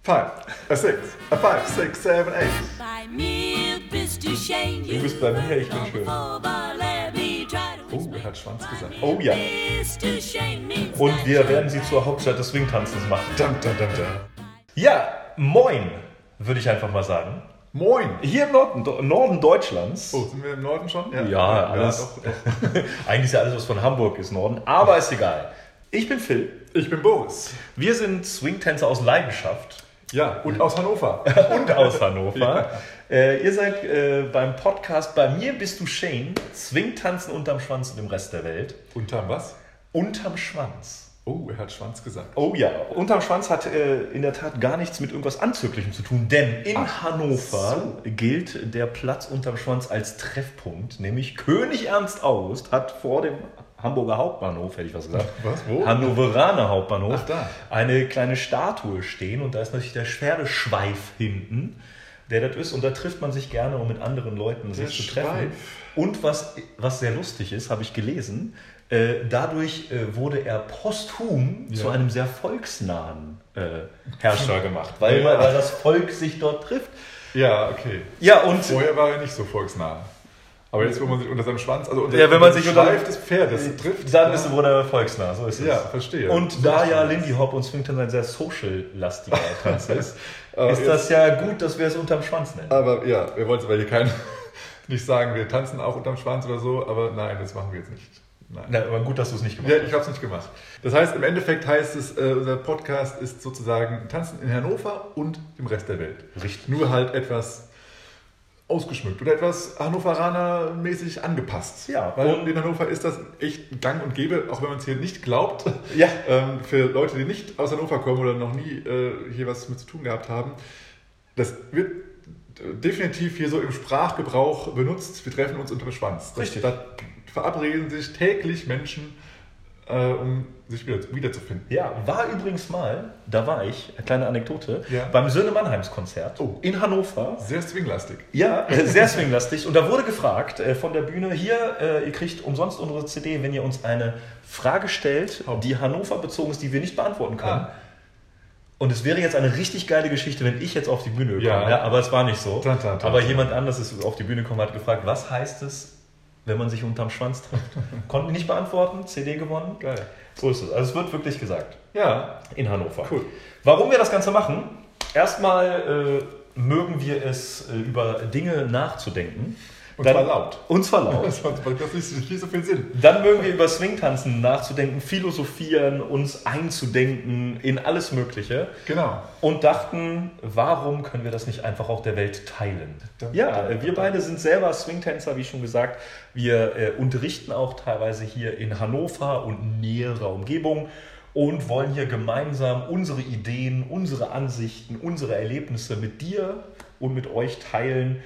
5, a 6, a 5, 6, 7, 8. Bei mir bist du schön. Du bist bei mir, ich bin schön. Oh, Er hat Schwanz gesagt. Oh ja. Und wir werden sie zur Hauptstadt des Swingtanzens machen. Dum, dum, dum, dum. Ja, moin, würde ich einfach mal sagen. Moin. Hier im Norden Deutschlands. Oh, sind wir im Norden schon? Ja, alles. Doch. Eigentlich ist ja alles, was von Hamburg ist, Norden. Aber ist egal. Ich bin Phil. Ich bin Boris. Wir sind Swingtänzer aus Leidenschaft. Ja, und aus Hannover. Und aus Hannover. Ihr seid beim Podcast Bei mir bist du Shane. Swingtanzen unterm Schwanz und im Rest der Welt. Unterm was? Unterm Schwanz. Oh, er hat Schwanz gesagt. Oh ja, unterm Schwanz hat in der Tat gar nichts mit irgendwas Anzüglichem zu tun, denn in Hannover gilt der Platz unterm Schwanz als Treffpunkt, nämlich König Ernst August hat vor dem Hamburger Hauptbahnhof, hätte ich was gesagt, Was, wo? Hannoveraner Hauptbahnhof, Ach, da. eine kleine Statue stehen und da ist natürlich der Pferdeschweif hinten, der das ist und da trifft man sich gerne, um mit anderen Leuten sich zu treffen. Schweif. Und was sehr lustig ist, habe ich gelesen, dadurch wurde er posthum zu einem sehr volksnahen Herrscher gemacht, weil das Volk sich dort trifft. Ja, okay. Ja, und Vorher war er nicht so volksnah. Aber jetzt, wo man sich unter seinem Schwanz, also unter wenn man sich dem unter Schweif des Pferdes trifft. dann wurde er volksnah, so ist es. Ja, verstehe. Und da ja Lindy Hop und Swingtanz ein sehr social-lastiger Tanz ist, ist das ja gut, dass wir es unterm Schwanz nennen. Aber ja, wir wollten aber hier nicht sagen, wir tanzen auch unterm Schwanz oder so, aber nein, das machen wir jetzt nicht. Nein. Na, aber gut, dass du es nicht gemacht Ja, hast. ich habe es nicht gemacht. Das heißt, im Endeffekt heißt es, unser Podcast ist sozusagen Tanzen in Hannover und im Rest der Welt. Richtig. Nur halt etwas ausgeschmückt oder etwas Hannoveraner-mäßig angepasst. Ja. Weil in Hannover ist das echt gang und gäbe, auch wenn man es hier nicht glaubt. Ja. Für Leute, die nicht aus Hannover kommen oder noch nie hier was mit zu tun gehabt haben, das wird definitiv hier so im Sprachgebrauch benutzt. Wir treffen uns unter dem Schwanz. Richtig. Da verabreden sich täglich Menschen, um sich wiederzufinden. Ja, war übrigens mal, da war ich, eine kleine Anekdote, Ja. beim Söhne Mannheims Konzert in Hannover. Sehr swinglastig. Ja, sehr swinglastig. Und da wurde gefragt von der Bühne, hier, ihr kriegt umsonst unsere CD, wenn ihr uns eine Frage stellt, die Hannover bezogen ist, die wir nicht beantworten können. Und es wäre jetzt eine richtig geile Geschichte, wenn ich jetzt auf die Bühne komme. Ja, aber es war nicht so. Aber jemand anderes ist auf die Bühne gekommen und hat gefragt, was heißt es, wenn man sich unterm Schwanz trifft? Konnten nicht beantworten, CD gewonnen. Geil. So ist es. Also es wird wirklich gesagt. Ja. In Hannover. Cool. Warum wir das Ganze machen? Erstmal mögen wir es, über Dinge nachzudenken. Und zwar laut. Und zwar laut. Sonst macht das nicht so viel Sinn. Dann mögen wir über Swingtanzen nachzudenken, philosophieren, uns einzudenken in alles Mögliche. Genau. Und dachten, warum können wir das nicht einfach auch der Welt teilen? Ja, wir beide sind selber Swingtänzer, wie schon gesagt. Wir unterrichten auch teilweise hier in Hannover und näherer Umgebung und wollen hier gemeinsam unsere Ideen, unsere Ansichten, unsere Erlebnisse mit dir und mit euch teilen.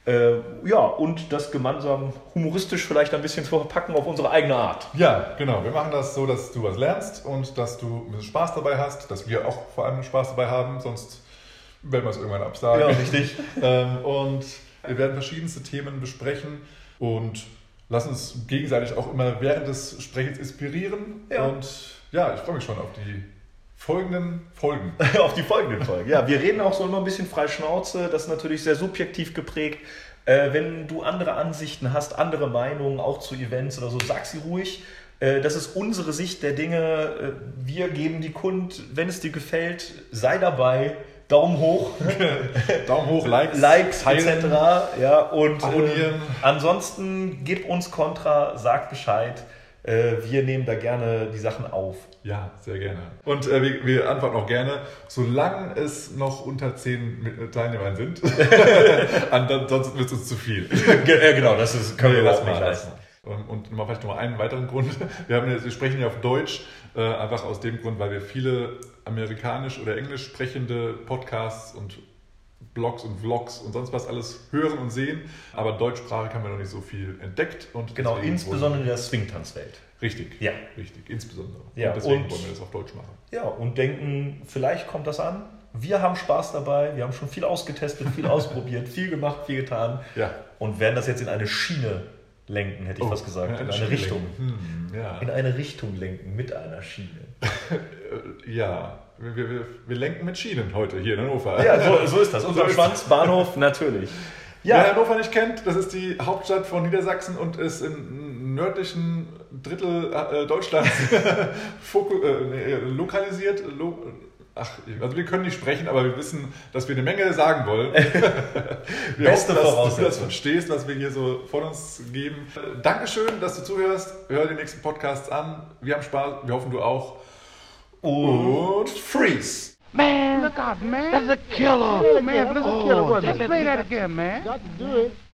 Und das gemeinsam humoristisch vielleicht ein bisschen zu verpacken auf unsere eigene Art. Ja, genau. Wir machen das so, dass du was lernst und dass du ein bisschen Spaß dabei hast, dass wir auch vor allem Spaß dabei haben, sonst werden wir es irgendwann absagen. Ja, richtig. Und wir werden verschiedenste Themen besprechen und lassen uns gegenseitig auch immer während des Sprechens inspirieren. Ja. Und ja, ich freue mich schon auf die folgenden Folgen. Auf die folgenden Folgen. Ja, wir reden auch so immer ein bisschen frei Schnauze. Das ist natürlich sehr subjektiv geprägt. Wenn du andere Ansichten hast, andere Meinungen, auch zu Events oder so, sag sie ruhig. Das ist unsere Sicht der Dinge. Wir geben die kund. Wenn es dir gefällt, sei dabei. Daumen hoch. Daumen hoch, Likes teilen, etc. Ja, und abonnieren. Ansonsten gib uns Kontra, sag Bescheid. Wir nehmen da gerne die Sachen auf. Ja, sehr gerne. Und wir antworten auch gerne, solange es noch unter 10 Teilnehmern sind. Ansonsten wird es uns zu viel. Genau, können wir lassen nicht wir leisten. Und vielleicht noch mal einen weiteren Grund. Wir sprechen ja auf Deutsch, einfach aus dem Grund, weil wir viele amerikanisch oder englisch sprechende Podcasts und Blogs und Vlogs und sonst was alles hören und sehen. Aber Deutschsprache haben wir noch nicht so viel entdeckt. Und genau, insbesondere in der Swingtanzwelt. Richtig, ja. Richtig, insbesondere. Ja, und deswegen wollen wir das auf Deutsch machen. Ja, und denken, vielleicht kommt das an. Wir haben Spaß dabei, wir haben schon viel ausgetestet, viel ausprobiert, viel gemacht, viel getan. Ja. Und werden das jetzt in eine Schiene lenken, hätte ich fast gesagt. In eine Richtung. Ja. In eine Richtung lenken mit einer Schiene. Ja. wir lenken mit Schienen heute hier in Hannover. Ja, so ist das. Unser Schwanzbahnhof natürlich. Ja. Wer Hannover nicht kennt, das ist die Hauptstadt von Niedersachsen und ist im nördlichen Drittel Deutschlands lokalisiert. Also wir können nicht sprechen, aber wir wissen, dass wir eine Menge sagen wollen. Wir hoffen, dass du das verstehst, was wir hier so von uns geben. Dankeschön, dass du zuhörst. Hör die nächsten Podcasts an. Wir haben Spaß. Wir hoffen, du auch. Und freeze! Man, look out, man. That's a killer. Oh, man, that's a killer. Just play that again, man. Got to do it.